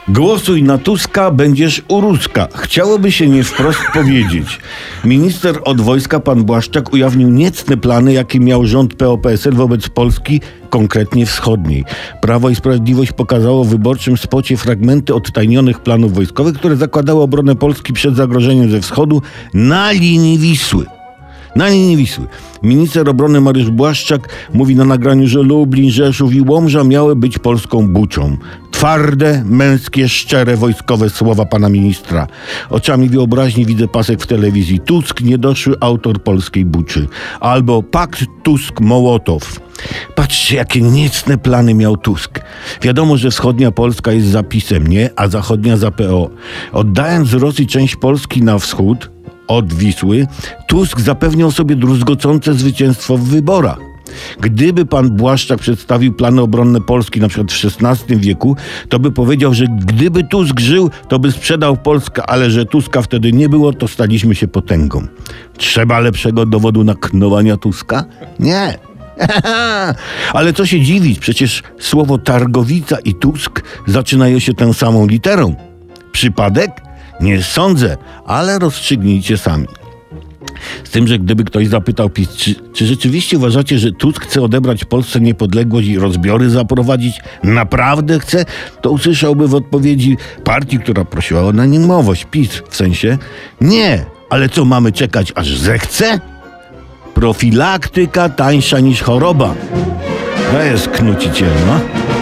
Głosuj na Tuska, będziesz u Ruska. Chciałoby się nie wprost powiedzieć. Minister od wojska, pan Błaszczak, ujawnił niecne plany, jakie miał rząd PO-PSL wobec Polski, konkretnie wschodniej. Prawo i Sprawiedliwość pokazało w wyborczym spocie fragmenty odtajnionych planów wojskowych, które zakładały obronę Polski przed zagrożeniem ze wschodu na linii Wisły. Minister obrony Mariusz Błaszczak mówi na nagraniu, że Lublin, Rzeszów i Łomża miały być polską Bucią. Twarde, męskie, szczere, wojskowe słowa pana ministra. Oczami wyobraźni widzę pasek w telewizji. Tusk, niedoszły autor polskiej Buczy. Albo pakt Tusk-Mołotow. Patrzcie, jakie niecne plany miał Tusk. Wiadomo, że wschodnia Polska jest za PiS-em, nie? A zachodnia za PO. Oddając Rosji część Polski na wschód, od Wisły, Tusk zapewniał sobie druzgocące zwycięstwo w wyborach. Gdyby pan Błaszczak przedstawił plany obronne Polski na przykład w XVI wieku, to by powiedział, że gdyby Tusk żył, to by sprzedał Polskę, ale że Tuska wtedy nie było, to staliśmy się potęgą. Trzeba lepszego dowodu na knowania Tuska? Nie. Ale co się dziwić, przecież słowo Targowica i Tusk zaczynają się tą samą literą. Przypadek? Nie sądzę, ale rozstrzygnijcie sami. Z tym, że gdyby ktoś zapytał PiS, czy rzeczywiście uważacie, że Tusk chce odebrać Polsce niepodległość i rozbiory zaprowadzić? Naprawdę chce? To usłyszałby w odpowiedzi partii, która prosiła o anonimowość, PiS, w sensie nie, ale co, mamy czekać aż zechce? Profilaktyka tańsza niż choroba. To jest knuciciel, no.